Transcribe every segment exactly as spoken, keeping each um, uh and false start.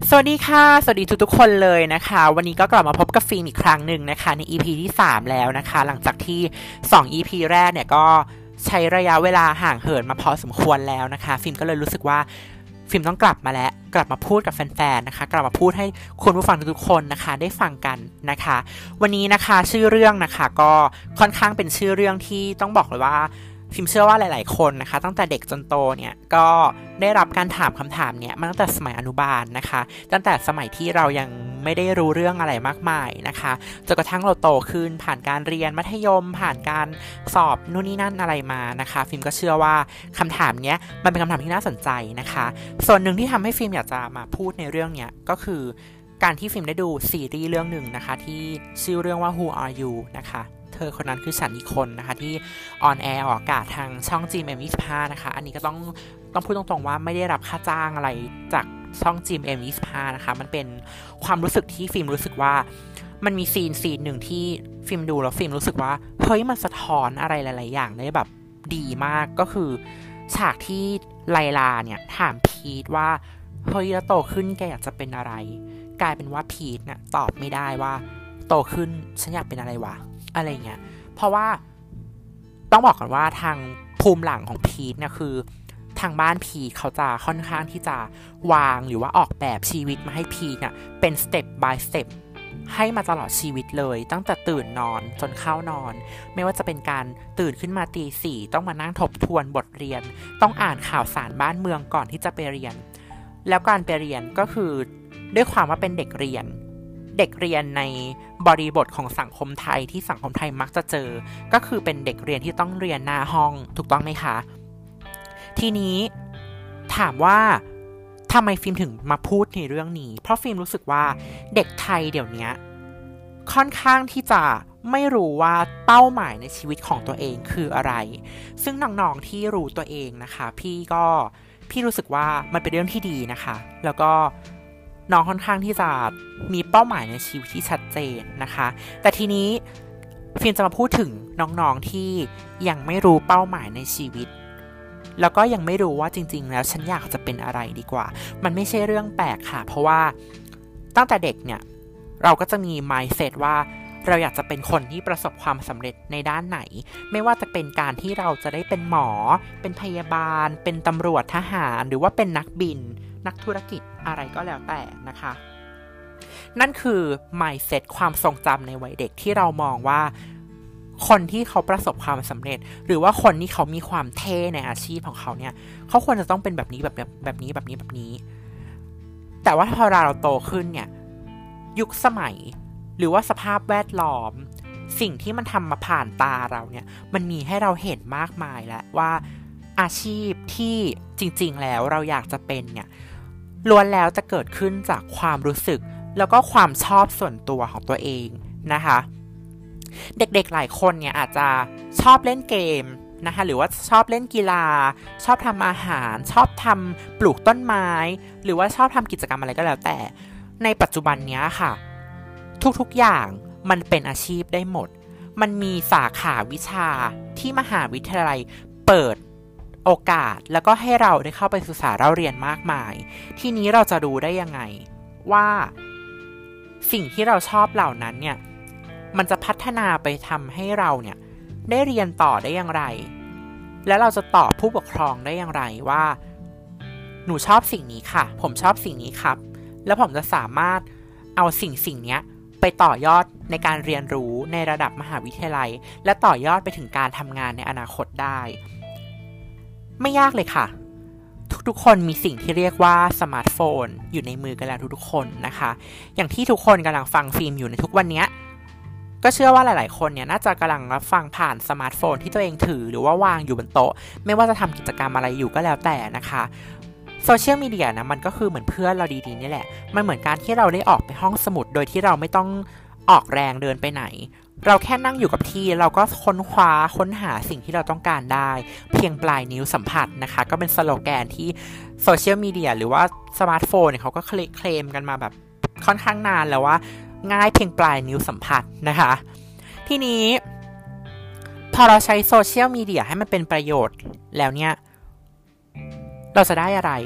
สวัสดีค่ะสวัสดีทุกๆคนเลยนะคะวันนี้ก็กลับมาพบกับฟิล์มอีกครั้งหนึ่งนะคะใน อี พี ที่สามแล้วนะคะหลังจากที่สอง อี พี แรกเนี่ยก็ใช้ระยะเวลาห่างเหินมาพอสมควรแล้วนะคะฟิล์มก็เลยรู้สึกว่าฟิล์มต้องกลับมาแล้วกลับมาพูดกับแฟนๆนะคะกลับมาพูดให้คุณผู้ฟังทุกๆคนนะคะได้ฟังกันนะคะวันนี้นะคะชื่อเรื่องนะคะก็ค่อนข้างเป็นชื่อเรื่องที่ต้องบอกเลยว่าฟิล์มเชื่อว่าหลายๆคนนะคะตั้งแต่เด็กจนโตเนี่ยก็ได้รับการถามคำถามเนี่ยมาตั้งแต่สมัยอนุบาลนะคะตั้งแต่สมัยที่เรายังไม่ได้รู้เรื่องอะไรมากมายนะคะจนกระทั่งเราโตขึ้นผ่านการเรียนมัธยมผ่านการสอบนู่นนี่นั่นอะไรมานะคะฟิล์มก็เชื่อว่าคำถามเนี้ยมันเป็นคำถามที่น่าสนใจนะคะส่วนหนึ่งที่ทำให้ฟิล์มอยากจะมาพูดในเรื่องเนี้ยก็คือการที่ฟิล์มได้ดูซีรีส์เรื่องหนึ่งนะคะที่ชื่อเรื่องว่า Who Are You นะคะเธอคนนั้นคือฉันอีกคนนะคะที่ออนแอร์ออกอากาศทางช่อง จี เอ็ม เอ็ม ยี่สิบห้า นะคะอันนี้ก็ต้องต้องพูดตรงๆว่าไม่ได้รับค่าจ้างอะไรจากช่อง จี เอ็ม เอ็ม ยี่สิบห้า นะคะมันเป็นความรู้สึกที่ฟิล์มรู้สึกว่ามันมีซีนซีนหนึ่งที่ฟิล์มดูแล้วฟิล์มรู้สึกว่าเฮ้ยมันสะท้อนอะไรหลายๆอย่างได้แบบดีมากก็คือฉากที่ไลลาเนี่ยถามพีทว่าเฮ้ยแล้วโตขึ้นแกอยากจะเป็นอะไรกลายเป็นว่าพีทเนี่ยตอบไม่ได้ว่าโตขึ้นฉันอยากเป็นอะไรวะอะไรเงี้ยเพราะว่าต้องบอกก่อนว่าทางภูมิหลังของพีทเนี่ยคือทางบ้านพีทเขาจะค่อนข้างที่จะวางหรือว่าออกแบบชีวิตมาให้พีทเนี่ยเป็นสเต็ป by สเต็ปให้มาตลอดชีวิตเลยตั้งแต่ตื่นนอนจนเข้านอนไม่ว่าจะเป็นการตื่นขึ้นมาตีสี่ต้องมานั่งทบทวนบทเรียนต้องอ่านข่าวสารบ้านเมืองก่อนที่จะไปเรียนแล้วการไปเรียนก็คือด้วยความว่าเป็นเด็กเรียนเด็กเรียนในบริบทของสังคมไทยที่สังคมไทยมักจะเจอก็คือเป็นเด็กเรียนที่ต้องเรียนหน้าห้องถูกต้องไหมคะทีนี้ถามว่าทำไมฟิล์มถึงมาพูดในเรื่องนี้เพราะฟิล์มรู้สึกว่าเด็กไทยเดี๋ยวนี้ค่อนข้างที่จะไม่รู้ว่าเป้าหมายในชีวิตของตัวเองคืออะไรซึ่งน้องๆที่รู้ตัวเองนะคะพี่ก็พี่รู้สึกว่ามันเป็นเรื่องที่ดีนะคะแล้วก็น้องค่อนข้างที่จะมีเป้าหมายในชีวิตที่ชัดเจนนะคะแต่ทีนี้ฟิล์มจะมาพูดถึงน้องๆที่ยังไม่รู้เป้าหมายในชีวิตแล้วก็ยังไม่รู้ว่าจริงๆแล้วฉันอยากจะเป็นอะไรดีกว่ามันไม่ใช่เรื่องแปลกค่ะเพราะว่าตั้งแต่เด็กเนี่ยเราก็จะมี mindset ว่าเราอยากจะเป็นคนที่ประสบความสำเร็จในด้านไหนไม่ว่าจะเป็นการที่เราจะได้เป็นหมอเป็นพยาบาลเป็นตำรวจทหารหรือว่าเป็นนักบินนักธุรกิจอะไรก็แล้วแต่นะคะนั่นคือ mindset ความทรงจำในวัยเด็กที่เรามองว่าคนที่เขาประสบความสำเร็จหรือว่าคนที่เขามีความเท่ในอาชีพของเขาเนี่ยเขาควรจะต้องเป็นแบบนี้แบบแบบนี้แบบนี้แบบนี้แต่ว่าพอเราโตขึ้นเนี่ยยุคสมัยหรือว่าสภาพแวดล้อมสิ่งที่มันทำมาผ่านตาเราเนี่ยมันมีให้เราเห็นมากมายแล้วว่าอาชีพที่จริงๆแล้วเราอยากจะเป็นเนี่ยล้วนแล้วจะเกิดขึ้นจากความรู้สึกแล้วก็ความชอบส่วนตัวของตัวเองนะคะเด็กๆหลายคนเนี่ยอาจจะชอบเล่นเกมนะคะหรือว่าชอบเล่นกีฬาชอบทำอาหารชอบทำปลูกต้นไม้หรือว่าชอบทำกิจกรรมอะไรก็แล้วแต่ในปัจจุบันนี้ค่ะทุกๆอย่างมันเป็นอาชีพได้หมดมันมีสาขาวิชาที่มหาวิทยาลัยเปิดโอกาสแล้วก็ให้เราได้เข้าไปศึกษาเราเรียนมากมายทีนี้เราจะรู้ได้ยังไงว่าสิ่งที่เราชอบเหล่านั้นเนี่ยมันจะพัฒนาไปทำให้เราเนี่ยได้เรียนต่อได้อย่างไรและเราจะตอบผู้ปกครองได้อย่างไรว่าหนูชอบสิ่งนี้ค่ะผมชอบสิ่งนี้ครับแล้วผมจะสามารถเอาสิ่งสิ่งนี้ไปต่อยอดในการเรียนรู้ในระดับมหาวิทยาลัยและต่อยอดไปถึงการทำงานในอนาคตได้ไม่ยากเลยค่ะทุกๆคนมีสิ่งที่เรียกว่าสมาร์ทโฟนอยู่ในมือกันแล้วทุกๆคนนะคะอย่างที่ทุกคนกำลังฟังฟิล์มอยู่ในทุกวันนี้ก็เชื่อว่าหลายๆคนเนี่ยน่าจะกำลังรับฟังผ่านสมาร์ทโฟนที่ตัวเองถือหรือว่าวางอยู่บนโต๊ะไม่ว่าจะทำกิจกรรมอะไรอยู่ก็แล้วแต่นะคะโซเชียลมีเดียนะมันก็คือเหมือนเพื่อนเราดีๆนี่แหละมันเหมือนการที่เราได้ออกไปห้องสมุดโดยที่เราไม่ต้องออกแรงเดินไปไหนเราแค่นั่งอยู่กับที่เราก็ค้นคว้าค้นหาสิ่งที่เราต้องการได้เพียงปลายนิ้วสัมผัสนะคะก็เป็นสโลแกนที่โซเชียลมีเดียหรือว่าสมาร์ทโฟนเนี่ยเขาก็เคลมกันมาแบบค่อนข้างนานแล้วว่าง่ายเพียงปลายนิ้วสัมผัสนะคะทีนี้พอเราใช้โซเชียลมีเดียให้มันเป็นประโยชน์แล้วเนี่ยเราจะได้อะไร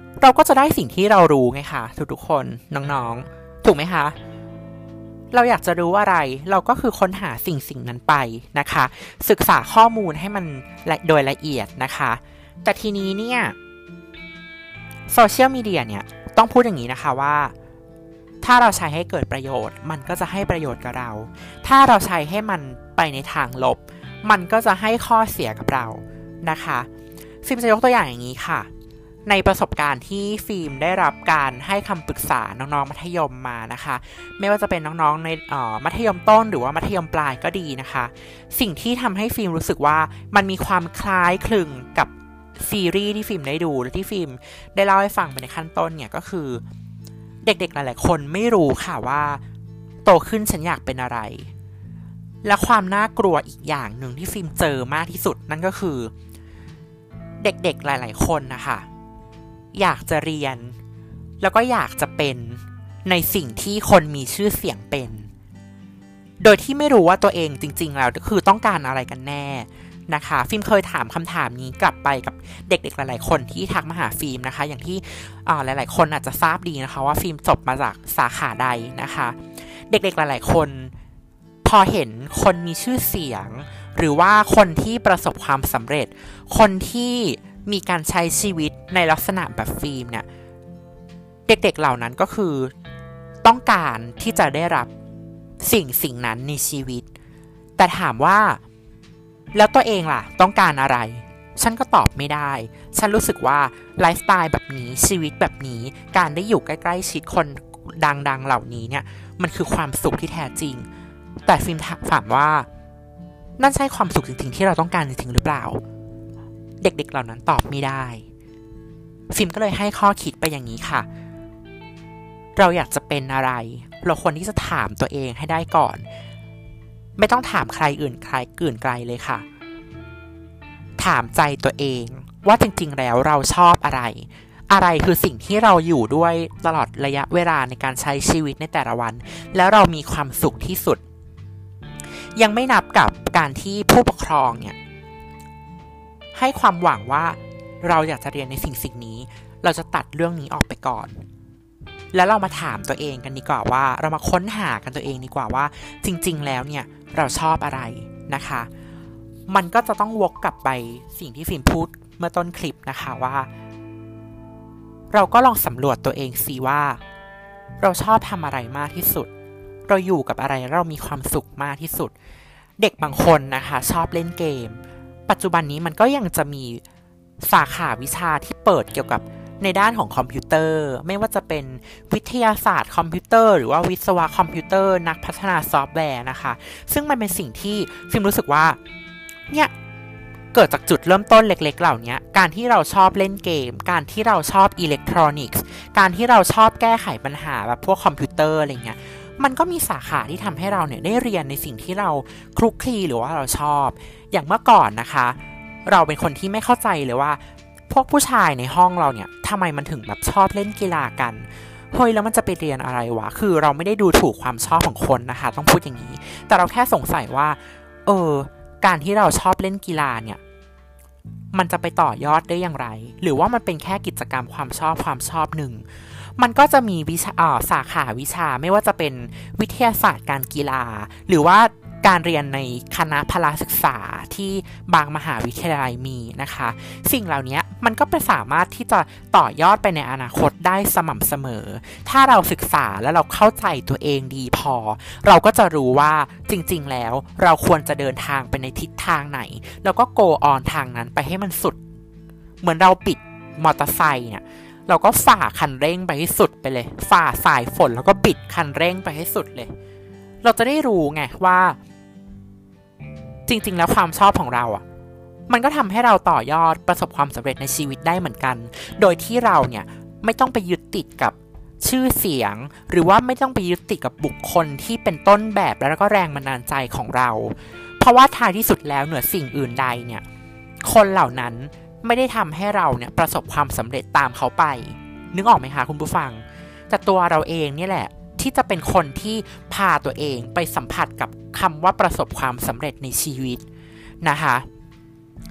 เราก็จะได้สิ่งที่เรารู้ไงคะทุกๆคนน้องๆถูกไหมคะเราอยากจะรู้อะไรเราก็คือค้นหาสิ่งสิ่งนั้นไปนะคะศึกษาข้อมูลให้มันโดยละเอียดนะคะแต่ทีนี้เนี่ยโซเชียลมีเดียเนี่ยต้องพูดอย่างนี้นะคะว่าถ้าเราใช้ให้เกิดประโยชน์มันก็จะให้ประโยชน์กับเราถ้าเราใช้ให้มันไปในทางลบมันก็จะให้ข้อเสียกับเรานะคะฟิล์มจะยกตัวอย่างอย่างนี้ค่ะในประสบการณ์ที่ฟิล์มได้รับการให้คำปรึกษาน้องๆมัธยมมานะคะไม่ว่าจะเป็นน้องๆในมัธยมต้นหรือว่ามัธยมปลายก็ดีนะคะสิ่งที่ทำให้ฟิล์มรู้สึกว่ามันมีความคล้ายคลึงกับซีรีส์ที่ฟิล์มได้ดูและที่ฟิล์มได้เล่าให้ฟังไปในขั้นต้นเนี่ยก็คือเด็กๆหลายๆคนไม่รู้ค่ะว่าโตขึ้นฉันอยากเป็นอะไรและความน่ากลัวอีกอย่างหนึ่งที่ฟิล์มเจอมากที่สุดนั่นก็คือเด็กๆหลายๆคนนะคะอยากจะเรียนแล้วก็อยากจะเป็นในสิ่งที่คนมีชื่อเสียงเป็นโดยที่ไม่รู้ว่าตัวเองจริงๆแล้วคือต้องการอะไรกันแน่นะคะฟิล์มเคยถามคำถามนี้กลับไปกับเด็กๆหลายๆคนที่ทักมาหาฟิล์มนะคะอย่างที่หลายๆคนอาจจะทราบดีนะคะว่าฟิล์มจบมาจากสาขาใดนะคะเด็กๆหลายๆคนพอเห็นคนมีชื่อเสียงหรือว่าคนที่ประสบความสำเร็จคนที่มีการใช้ชีวิตในลักษณะแบบฟิล์มเนี่ยเด็กๆเหล่านั้นก็คือต้องการที่จะได้รับสิ่งสิ่งนั้นในชีวิตแต่ถามว่าแล้วตัวเองล่ะต้องการอะไรฉันก็ตอบไม่ได้ฉันรู้สึกว่าไลฟ์สไตล์แบบนี้ชีวิตแบบนี้การได้อยู่ใกล้ๆชิดคนดังๆเหล่านี้เนี่ยมันคือความสุขที่แท้จริงแต่ฟิล์มถามว่านั่นใช่ความสุขจริงๆที่เราต้องการจริงๆหรือเปล่าเด็กๆเหล่านั้นตอบไม่ได้ฟิล์มก็เลยให้ข้อคิดไปอย่างนี้ค่ะเราอยากจะเป็นอะไรเราควรที่จะถามตัวเองให้ได้ก่อนไม่ต้องถามใครอื่นใครอื่นไกลเลยค่ะถามใจตัวเองว่าจริงๆแล้วเราชอบอะไรอะไรคือสิ่งที่เราอยู่ด้วยตลอดระยะเวลาในการใช้ชีวิตในแต่ละวันแล้วเรามีความสุขที่สุดยังไม่นับกับการที่ผู้ปกครองเนี่ยให้ความหวังว่าเราอยากจะเรียนในสิ่งสิ่งนี้เราจะตัดเรื่องนี้ออกไปก่อนแล้วเรามาถามตัวเองกันดีกว่าว่าเรามาค้นหากันตัวเองดีกว่าว่าจริงๆแล้วเนี่ยเราชอบอะไรนะคะมันก็จะต้องวกกลับไปสิ่งที่ฟิล์มพูดเมื่อต้นคลิปนะคะว่าเราก็ลองสำรวจตัวเองสิว่าเราชอบทำอะไรมากที่สุดเราอยู่กับอะไรเรามีความสุขมากที่สุดเด็กบางคนนะคะชอบเล่นเกมปัจจุบันนี้มันก็ยังจะมีสาขาวิชาที่เปิดเกี่ยวกับในด้านของคอมพิวเตอร์ไม่ว่าจะเป็นวิทยาศาสตร์คอมพิวเตอร์หรือว่าวิศวะคอมพิวเตอร์นักพัฒนาซอฟต์แวร์นะคะซึ่งมันเป็นสิ่งที่ฟิล์มรู้สึกว่าเนี่ยเกิดจากจุดเริ่มต้นเล็กๆเหล่านี้การที่เราชอบเล่นเกมการที่เราชอบอิเล็กทรอนิกส์การที่เราชอบแก้ไขปัญหาแบบพวกคอมพิวเตอร์อะไรเงี้ยมันก็มีสาขาที่ทำให้เราเนี่ยได้เรียนในสิ่งที่เราคลุกคลีหรือว่าเราชอบอย่างเมื่อก่อนนะคะเราเป็นคนที่ไม่เข้าใจเลยว่าพวกผู้ชายในห้องเราเนี่ยทำไมมันถึงแบบชอบเล่นกีฬากันเฮ้ยแล้วมันจะไปเรียนอะไรวะคือเราไม่ได้ดูถูกความชอบของคนนะคะต้องพูดอย่างนี้แต่เราแค่สงสัยว่าเออการที่เราชอบเล่นกีฬาเนี่ยมันจะไปต่อยอดได้อย่างไรหรือว่ามันเป็นแค่กิจกรรมความชอบความชอบหนึ่งมันก็จะมีวิชาอ่าสาขาวิชาไม่ว่าจะเป็นวิทยาศาสตร์การกีฬาหรือว่าการเรียนในคณะพละศึกษาที่บางมหาวิทยาลัยมีนะคะสิ่งเหล่านี้มันก็เป็นสามารถที่จะต่อยอดไปในอนาคตได้สม่ำเสมอถ้าเราศึกษาแล้วเราเข้าใจตัวเองดีพอเราก็จะรู้ว่าจริงๆแล้วเราควรจะเดินทางไปในทิศทางไหนแล้วก็ go on ทางนั้นไปให้มันสุดเหมือนเราปิดมอเตอร์ไซค์เนี่ยเราก็ฝ่าคันเร่งไปให้สุดไปเลยฝ่าสายฝนแล้วก็บิดคันเร่งไปให้สุดเลยเราจะได้รู้ไงว่าจริงๆแล้วความชอบของเราอ่ะมันก็ทำให้เราต่อยอดประสบความสำเร็จในชีวิตได้เหมือนกันโดยที่เราเนี่ยไม่ต้องไปยึดติดกับชื่อเสียงหรือว่าไม่ต้องไปยึดติดกับบุคคลที่เป็นต้นแบบแล้วก็แรงบันดาลใจของเราเพราะว่าท้ายที่สุดแล้วเหนือสิ่งอื่นใดเนี่ยคนเหล่านั้นไม่ได้ทำให้เราเนี่ยประสบความสำเร็จตามเขาไปนึกออกไหมคะคุณผู้ฟังแต่ตัวเราเองนี่แหละที่จะเป็นคนที่พาตัวเองไปสัมผัสกับคำว่าประสบความสำเร็จในชีวิตนะคะ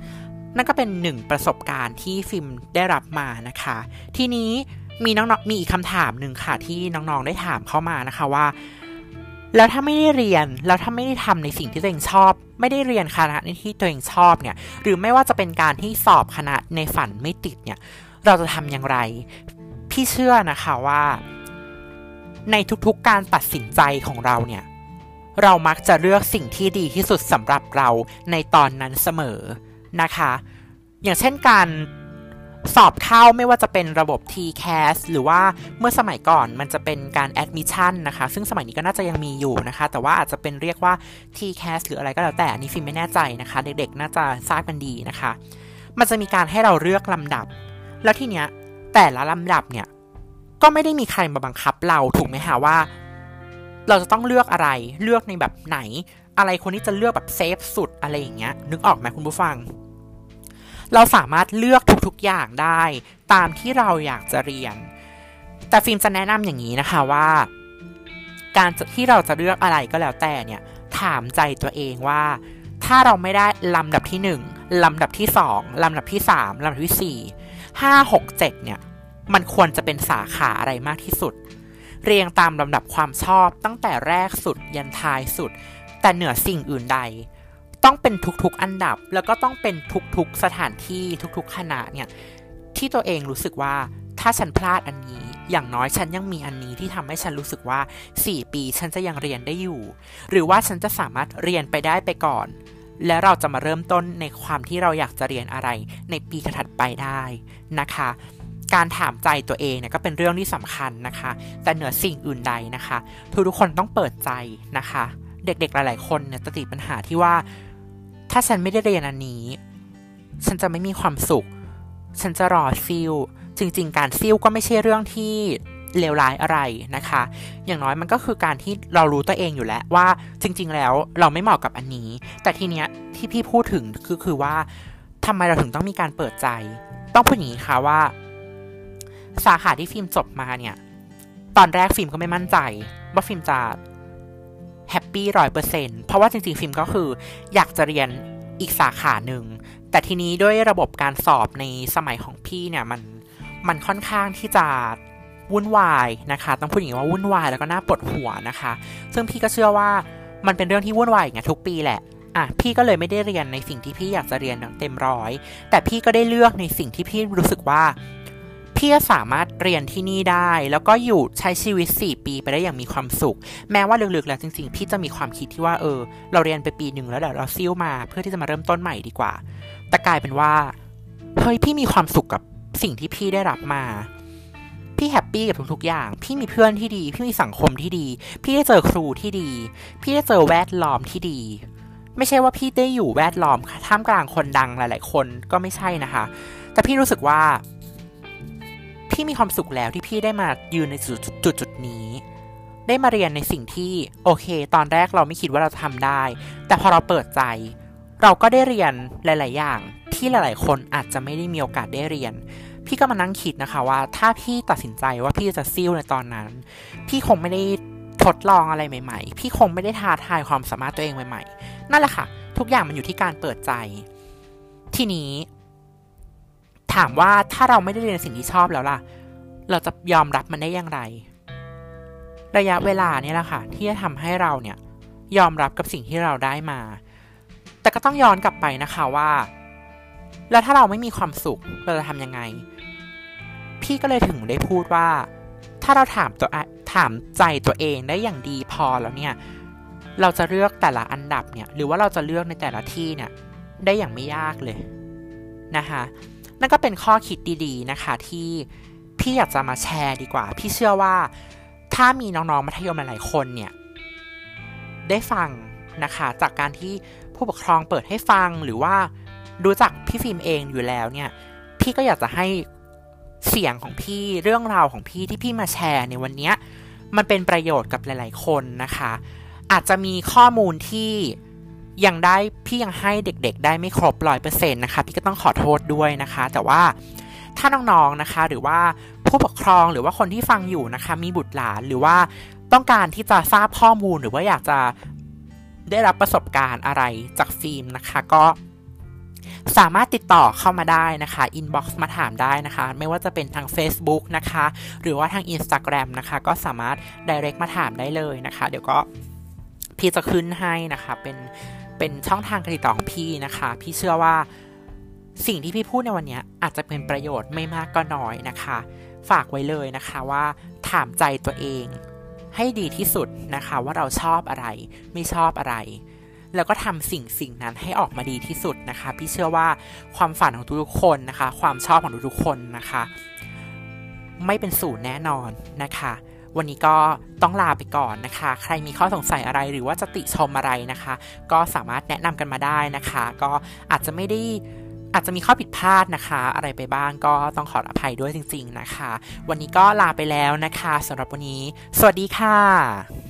นั่นก็เป็นหนึ่งประสบการณ์ที่ฟิล์มได้รับมานะคะทีนี้มีน้องๆมีอีกคำถามหนึ่งค่ะที่น้องๆได้ถามเข้ามานะคะว่าแล้วถ้าไม่ได้เรียนแล้วถ้าไม่ได้ทำในสิ่งที่ตัวเองชอบไม่ได้เรียนคณะในที่ตัวเองชอบเนี่ยหรือไม่ว่าจะเป็นการที่สอบคณะในฝันไม่ติดเนี่ยเราจะทำอย่างไรพี่เชื่อนะคะว่าในทุกๆการตัดสินใจของเราเนี่ยเรามักจะเลือกสิ่งที่ดีที่สุดสำหรับเราในตอนนั้นเสมอนะคะอย่างเช่นการสอบเข้าไม่ว่าจะเป็นระบบ ที แคส หรือว่าเมื่อสมัยก่อนมันจะเป็นการ admission นะคะซึ่งสมัยนี้ก็น่าจะยังมีอยู่นะคะแต่ว่าอาจจะเป็นเรียกว่า ที แคส หรืออะไรก็แล้วแต่อันนี้ฟิล์มไม่แน่ใจนะคะเด็กๆน่าจะทราบกันดีนะคะมันจะมีการให้เราเลือกลำดับแล้วทีเนี้ยแต่ละลำดับเนี่ยก็ไม่ได้มีใครมาบังคับเราถูกไหมคะว่าเราจะต้องเลือกอะไรเลือกในแบบไหนอะไรคนที่จะเลือกแบบเซฟสุดอะไรอย่างเงี้ยนึกออกไหมคุณผู้ฟังเราสามารถเลือกทุกๆอย่างได้ตามที่เราอยากจะเรียนแต่ฟิล์มจะแนะนำอย่างนี้นะคะว่าการที่เราจะเลือกอะไรก็แล้วแต่เนี่ยถามใจตัวเองว่าถ้าเราไม่ได้ลำดับที่หนึ่งลำดับที่สองลำดับที่สามลำดับที่สี่ห้าหกเจ็ดเนี่ยมันควรจะเป็นสาขาอะไรมากที่สุดเรียงตามลำดับความชอบตั้งแต่แรกสุดยันท้ายสุดแต่เหนือสิ่งอื่นใดต้องเป็นทุกๆอันดับแล้วก็ต้องเป็นทุกๆสถานที่ทุกๆคณะเนี่ยที่ตัวเองรู้สึกว่าถ้าฉันพลาดอันนี้อย่างน้อยฉันยังมีอันนี้ที่ทำให้ฉันรู้สึกว่าสี่ปีฉันจะยังเรียนได้อยู่หรือว่าฉันจะสามารถเรียนไปได้ไปก่อนและเราจะมาเริ่มต้นในความที่เราอยากจะเรียนอะไรในปีถัดไปได้นะคะการถามใจตัวเองเนี่ยก็เป็นเรื่องที่สำคัญนะคะแต่เหนือสิ่งอื่นใดนะคะทุกๆคนต้องเปิดใจนะคะเด็กๆหลายๆคนเนี่ยจะติดปัญหาที่ว่าถ้าฉันไม่ได้เรียนอันนี้ฉันจะไม่มีความสุขฉันจะรอซิ่วจริงๆการซิ่วก็ไม่ใช่เรื่องที่เลวร้ายอะไรนะคะอย่างน้อยมันก็คือการที่เรารู้ตัวเองอยู่แล้วว่าจริงๆแล้วเราไม่เหมาะกับอันนี้แต่ทีเนี้ยที่พี่พูดถึงคือคือว่าทำไมเราถึงต้องมีการเปิดใจต้องพูดอย่างนี้ค่ะว่าสาขาที่ฟิล์มจบมาเนี่ยตอนแรกฟิล์มก็ไม่มั่นใจว่าฟิล์มจะแฮปปี้ร้อยเปอร์เซ็นต์เพราะว่าจริงๆฟิล์มก็คืออยากจะเรียนอีกสาขาหนึ่งแต่ทีนี้ด้วยระบบการสอบในสมัยของพี่เนี่ยมันมันค่อนข้างที่จะวุ่นวายนะคะต้องพูดอย่างนี้ว่าวุ่นวายแล้วก็น่าปวดหัวนะคะซึ่งพี่ก็เชื่อว่ามันเป็นเรื่องที่วุ่นวายอย่างเงี้ยทุกปีแหละอ่ะพี่ก็เลยไม่ได้เรียนในสิ่งที่พี่อยากจะเรียนเต็มร้อยแต่พี่ก็ได้เลือกในสิ่งที่พี่รู้สึกว่าพี่สามารถเรียนที่นี่ได้แล้วก็อยู่ใช้ชีวิตสี่ปีไปได้อย่างมีความสุขแม้ว่าลึกๆแล้วจริงๆพี่จะมีความคิดที่ว่าเออเราเรียนไปปีหนึ่งแล้วเดี๋ยวเราซิ่วมาเพื่อที่จะมาเริ่มต้นใหม่ดีกว่าแต่กลายเป็นว่าเฮ้ยพี่มีความสุขกับสิ่งที่พี่ได้รับมาพี่แฮปปี้กับทุกๆอย่างพี่มีเพื่อนที่ดีพี่มีสังคมที่ดีพี่ได้เจอครูที่ดีพี่ได้เจอแวดล้อมที่ดีไม่ใช่ว่าพี่ได้อยู่แวดล้อมท่ามกลางคนดังหลายๆคนก็ไม่ใช่นะคะแต่พี่รู้สึกว่าพี่มีความสุขแล้วที่พี่ได้มายืนในจุดจุดจุดนี้ได้มาเรียนในสิ่งที่โอเคตอนแรกเราไม่คิดว่าเราทำได้แต่พอเราเปิดใจเราก็ได้เรียนหลายๆอย่างที่หลายๆคนอาจจะไม่ได้มีโอกาสได้เรียนพี่ก็มานั่งคิดนะคะว่าถ้าพี่ตัดสินใจว่าพี่จะซิ่วในตอนนั้นพี่คงไม่ได้ทดลองอะไรใหม่ๆพี่คงไม่ได้ท้าทายความสามารถตัวเองใหม่ๆนั่นแหละค่ะทุกอย่างมันอยู่ที่การเปิดใจทีนี้ถามว่าถ้าเราไม่ได้เรียนสิ่งที่ชอบแล้วล่ะเราจะยอมรับมันได้อย่างไรระยะเวลาเนี่ยแหละค่ะที่จะทำให้เราเนี่ยยอมรับกับสิ่งที่เราได้มาแต่ก็ต้องย้อนกลับไปนะคะว่าแล้วถ้าเราไม่มีความสุขเราจะทำยังไงพี่ก็เลยถึงได้พูดว่าถ้าเราถามตัวถามใจตัวเองได้อย่างดีพอแล้วเนี่ยเราจะเลือกแต่ละอันดับเนี่ยหรือว่าเราจะเลือกในแต่ละที่เนี่ยได้อย่างไม่ยากเลยนะคะนั่นก็เป็นข้อคิดดีๆนะคะที่พี่อยากจะมาแชร์ดีกว่าพี่เชื่อว่าถ้ามีน้องๆมัธยมหลายๆคนเนี่ยได้ฟังนะคะจากการที่ผู้ปกครองเปิดให้ฟังหรือว่ารู้จักพี่ฟิล์มเองอยู่แล้วเนี่ยพี่ก็อยากจะให้เสียงของพี่เรื่องราวของพี่ที่พี่มาแชร์ในวันนี้มันเป็นประโยชน์กับหลายๆคนนะคะอาจจะมีข้อมูลที่ยังได้พี่ยังให้เด็กๆได้ไม่ครบ ร้อยเปอร์เซ็นต์ นะคะพี่ก็ต้องขอโทษด้วยนะคะแต่ว่าถ้าน้องๆนะคะหรือว่าผู้ปกครองหรือว่าคนที่ฟังอยู่นะคะมีบุตรหลานหรือว่าต้องการที่จะทราบข้อมูลหรือว่าอยากจะได้รับประสบการณ์อะไรจากฟิล์มนะคะก็สามารถติดต่อเข้ามาได้นะคะ inbox มาถามได้นะคะไม่ว่าจะเป็นทาง Facebook นะคะหรือว่าทาง Instagram นะคะก็สามารถ direct มาถามได้เลยนะคะเดี๋ยวก็พี่จะขึ้นให้นะคะเป็นเป็นช่องทางการติดต่อของพี่นะคะพี่เชื่อว่าสิ่งที่พี่พูดในวันนี้อาจจะเป็นประโยชน์ไม่มากก็น้อยนะคะฝากไว้เลยนะคะว่าถามใจตัวเองให้ดีที่สุดนะคะว่าเราชอบอะไรไม่ชอบอะไรแล้วก็ทำสิ่งสิ่งนั้นให้ออกมาดีที่สุดนะคะพี่เชื่อว่าความฝันของทุกๆคนนะคะความชอบของทุกๆคนนะคะไม่เป็นศูนย์แน่นอนนะคะวันนี้ก็ต้องลาไปก่อนนะคะใครมีข้อสงสัยอะไรหรือว่าจะติชมอะไรนะคะก็สามารถแนะนำกันมาได้นะคะก็อาจจะไม่ได้อาจจะมีข้อผิดพลาดนะคะอะไรไปบ้างก็ต้องขออภัยด้วยจริงๆนะคะวันนี้ก็ลาไปแล้วนะคะสำหรับวันนี้สวัสดีค่ะ